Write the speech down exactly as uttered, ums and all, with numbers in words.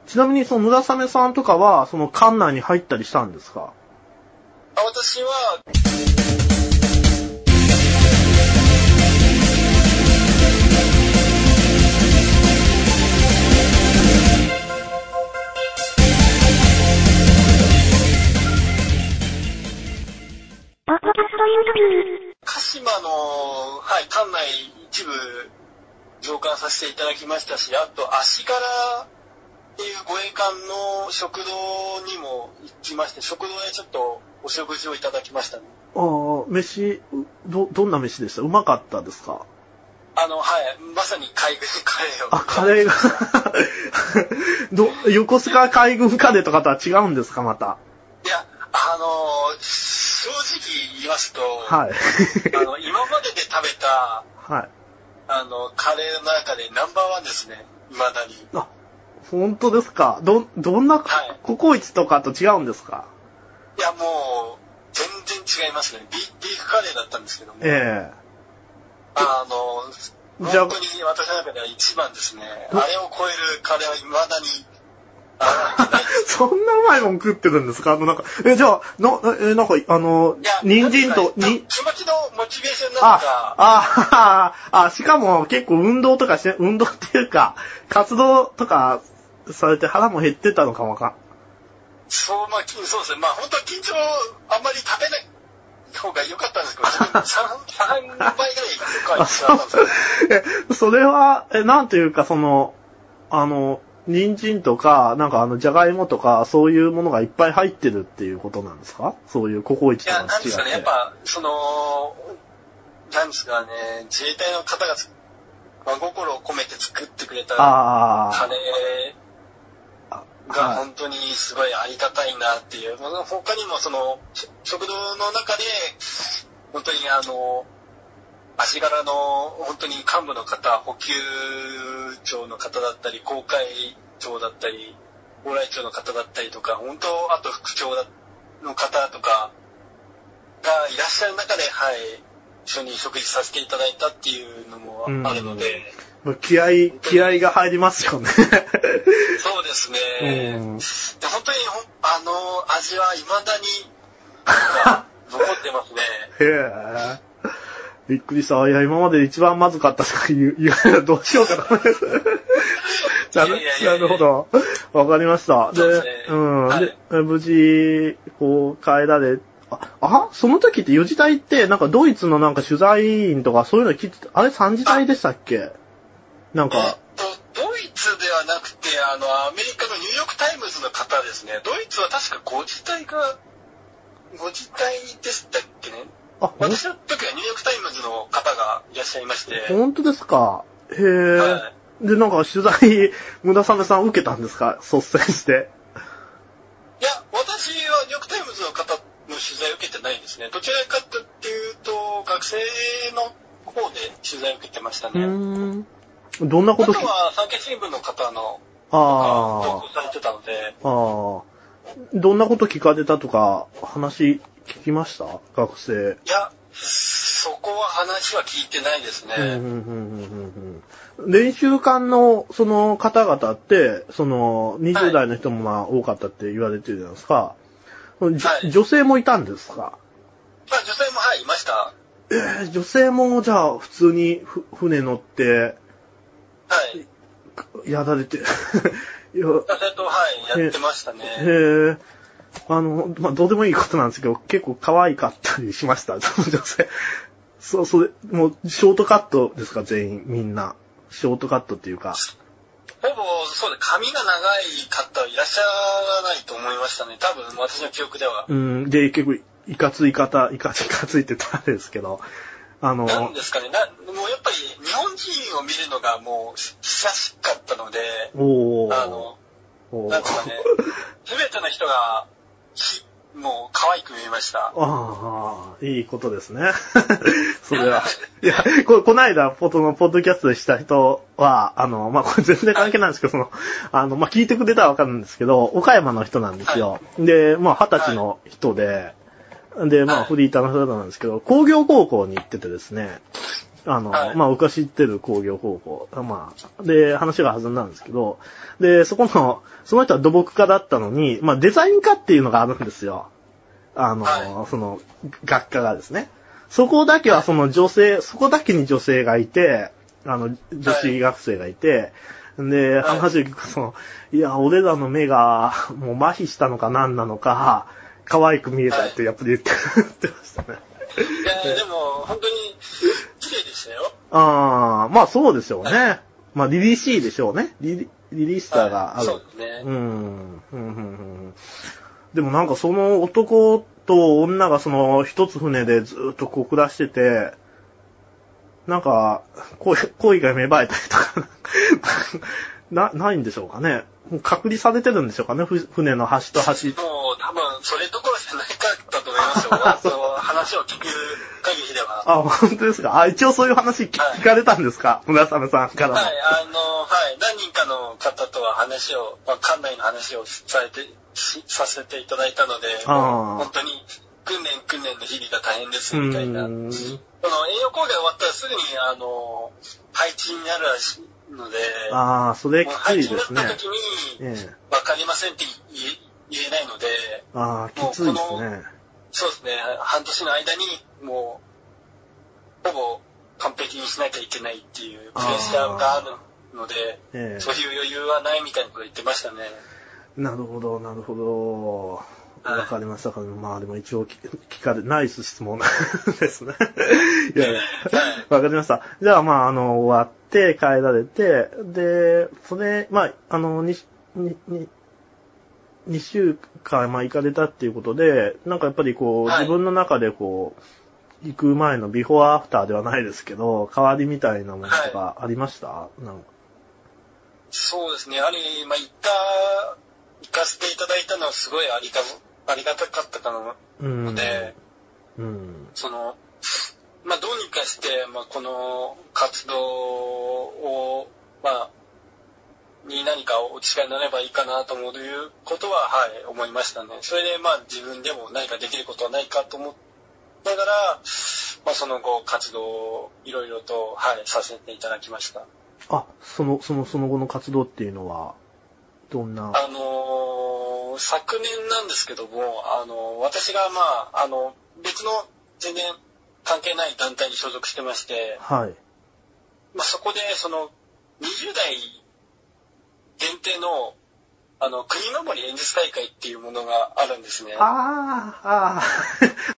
ちなみにその村雨さんとかは、その館内に入ったりしたんですか？ あ、私は、 ポッドキャストインタビュー。 鹿島の、はい、館内一部増刊させていただきましたし、あと足柄っていう護衛艦の食堂にも行きまして、食堂でちょっとお食事をいただきましたね。 ああ、飯、ど、どんな飯でした？うまかったですか？ あの、はい、まさに海軍カレーを。 あ、カレーがど、横須賀海軍カレーとかとは違うんですか、また？ いや、あの、正直言いますと、 はい。 あの、今までで食べた、 はい。 あの、カレーの中でナンバーワンですね、未だに。 あ、本当ですか？ど、どんな、 はい、 ココイチとかと違うんですか？ いや、もう、全然違いますね。ビ、ビーフカレーだったんですけども。 ええあの、 じゃあ本当に私の中では一番ですね。あれを超えるカレーは未だに、あないです。 そんなうまいもん食ってるんですか？あの、なんか、え、じゃあ、な、え、なんか、あの、人参と、に、 気持ちのモチベーションなんか、 あ、あ、あ、しかも結構運動とかして、運動っていうか、活動とかされて腹も減ってたのかもか。 そう、まあ、そうですね。まあ、本当は緊張あんまり食べない方が良かったんですけど、さんばいぐらい良かったんですよ。 え、それは、え、なんというか、その、あの、人参とか、なんかあの、じゃがいもとか、そういうものがいっぱい入ってるっていうことなんですか？そういうココイチとか違って。 いや、なんですかね、やっぱ、その、なんですかね、自衛隊の方が、真心を込めて作ってくれたカレーが本当にすごいありがたいなっていう。他にもその、食堂の中で、本当にあの、足柄の本当に幹部の方、補給長の方だったり、航海長だったり、往来長の方だったりとか、本当、あと副長の方とかがいらっしゃる中で、はい、一緒に食事させていただいたっていうのもあるので。 気合、気合が入りますよね。 そうですね。で本当に、あの、味は未だに残ってますね。 へえ。びっくりした。いや、今までで一番まずかったとか言う、言うどうしようかと思います。なる、なるほど。わかりました。で、ね、うん、はい、で、無事、こう、帰られ、あ、あその時ってよじ隊って、なんかドイツのなんか取材員とかそういうの聞いて、あれさんじ隊でしたっけ？なんか。 えっと、ドイツではなくて、あの、アメリカのニューヨークタイムズの方ですね。ドイツは確かごじ隊が、ごじ隊でしたっけね。あ、私の時はニューヨークタイムズの方がいらっしゃいまして。 本当ですか？へぇ、はい、で、なんか取材、村雨さん受けたんですか？率先して。 いや、私はニューヨークタイムズの方の取材を受けてないんですね。どちらかっていうと、学生の方で取材を受けてましたね。うーん。どんなことあとは、産経新聞の方の、 あ投稿されてたので。 ああ。どんなこと聞かれたとか、話聞きました？学生。 いや、そこは話は聞いてないですね。うんうんうんうんうん、練習館のその方々って、そのにじゅう代の人もまあ多かったって言われてるじゃないですか。はい、女性もいたんですか？ まあ女性もはいいました。 えー、女性もじゃあ普通にふ船乗って、 はい。 やられて。 女性とはいやってましたね。 へえ。あの、まあ、どうでもいいことなんですけど、結構可愛かったりしました、その女性。そう、それ、もう、ショートカットですか、全員、みんな。ショートカットっていうか。 ほぼ、そうで、髪が長い方はいらっしゃらないと思いましたね。多分、私の記憶では。 うん、で、結構、いかつい方、いかつい、いかついって言ったらあれですけど、あの、 なんですかね、な、もうやっぱり、日本人を見るのがもう、久しかったので、 おー。 あの、なんですかね、すべての人が、もう可愛く見えました。 ああ、いいことですね。それは。いや、こ、この間、ポトのポッドキャストでした人は、あの、まあ、これ全然関係ないんですけど、その、あの、まあ、聞いてくれたらわかるんですけど、岡山の人なんですよ。はい、で、まあ、二十歳の人で、はい、で、まあ、フリーターの人なんですけど、工業高校に行っててですね、ああの、はい、まあ、僕が知ってる工業高校、まあ、で、話が弾んだんですけど、で、そこの、その人は土木家だったのに、まあ、デザイン科っていうのがあるんですよ。あの、はい、その、学科がですね。そこだけはその女性、そこだけに女性がいて、あの、女子学生がいて、はい、で、話を聞くと、その、いや、俺らの目が、もう麻痺したのか何なのか、可愛く見えたってやっぱり言って、はい、言ってましたね。 いや、でも、本当に、綺麗でしたよ。 ああ、まあそうでしょうね。はい、まあ、リリシーでしょうね。リリ、リリースターがある。 はい、そうですね。 うん。うん、うん、うん。でもなんかその男と女がその一つ船でずっとこう暮らしてて、なんか恋、恋が芽生えたりとか、な、ないんでしょうかね。もう隔離されてるんでしょうかね、船の端と端。 もう多分それどころじゃないかったと思いますよ。その話を聞く限りでは。 あ、本当ですか。あ、一応そういう話聞、はい、聞かれたんですか、村雨さんからも。 はい、あの、はい、何人かの方とは話を、まあ、館内の話をされて、させていただいたので、もう本当に訓練訓練の日々が大変ですみたいな。その栄養講義が終わったらすぐにあの配置になるらしいので、 ああ、それきついですね。 配置になった時に、ええ、わかりませんって言え、言えないので、 ああ、きついですね。 そうですね、半年の間にもうほぼ完璧にしなきゃいけないっていうプレッシャーがあるので、ええ、そういう余裕はないみたいなこと言ってましたね。 なるほど、なるほど。わかりましたかね。まあでも一応聞かれ、ナイス質問ですね。いやいや、わかりました。じゃあまああの、終わって帰られて、で、それ、まあ、あの、に、に、に、にしゅうかん、まあ行かれたっていうことで、なんかやっぱりこう、はい、自分の中でこう、行く前のビフォーアフターではないですけど、変わりみたいなものとかありました？はい、なんかそうですね。やはり、まあ行った、行かせていただいたのはすごいありが、ありがたかったかなので、うんうん、その、まあどうにかして、まあこの活動を、まあ、に何かお力になればいいかなと思うことは、はい、思いましたね。それでまあ自分でも何かできることはないかと思いながら、まあその後活動をいろいろと、はい、させていただきました。 あ、その、その、その後の活動っていうのは、どんな？ あのー、昨年なんですけども、あのー、私がまあ、あの、別の全然関係ない団体に所属してまして、 はい。 まあそこで、その、にじゅう代限定の、あの、国のぼり演説大会っていうものがあるんですね。 ああ、ああ。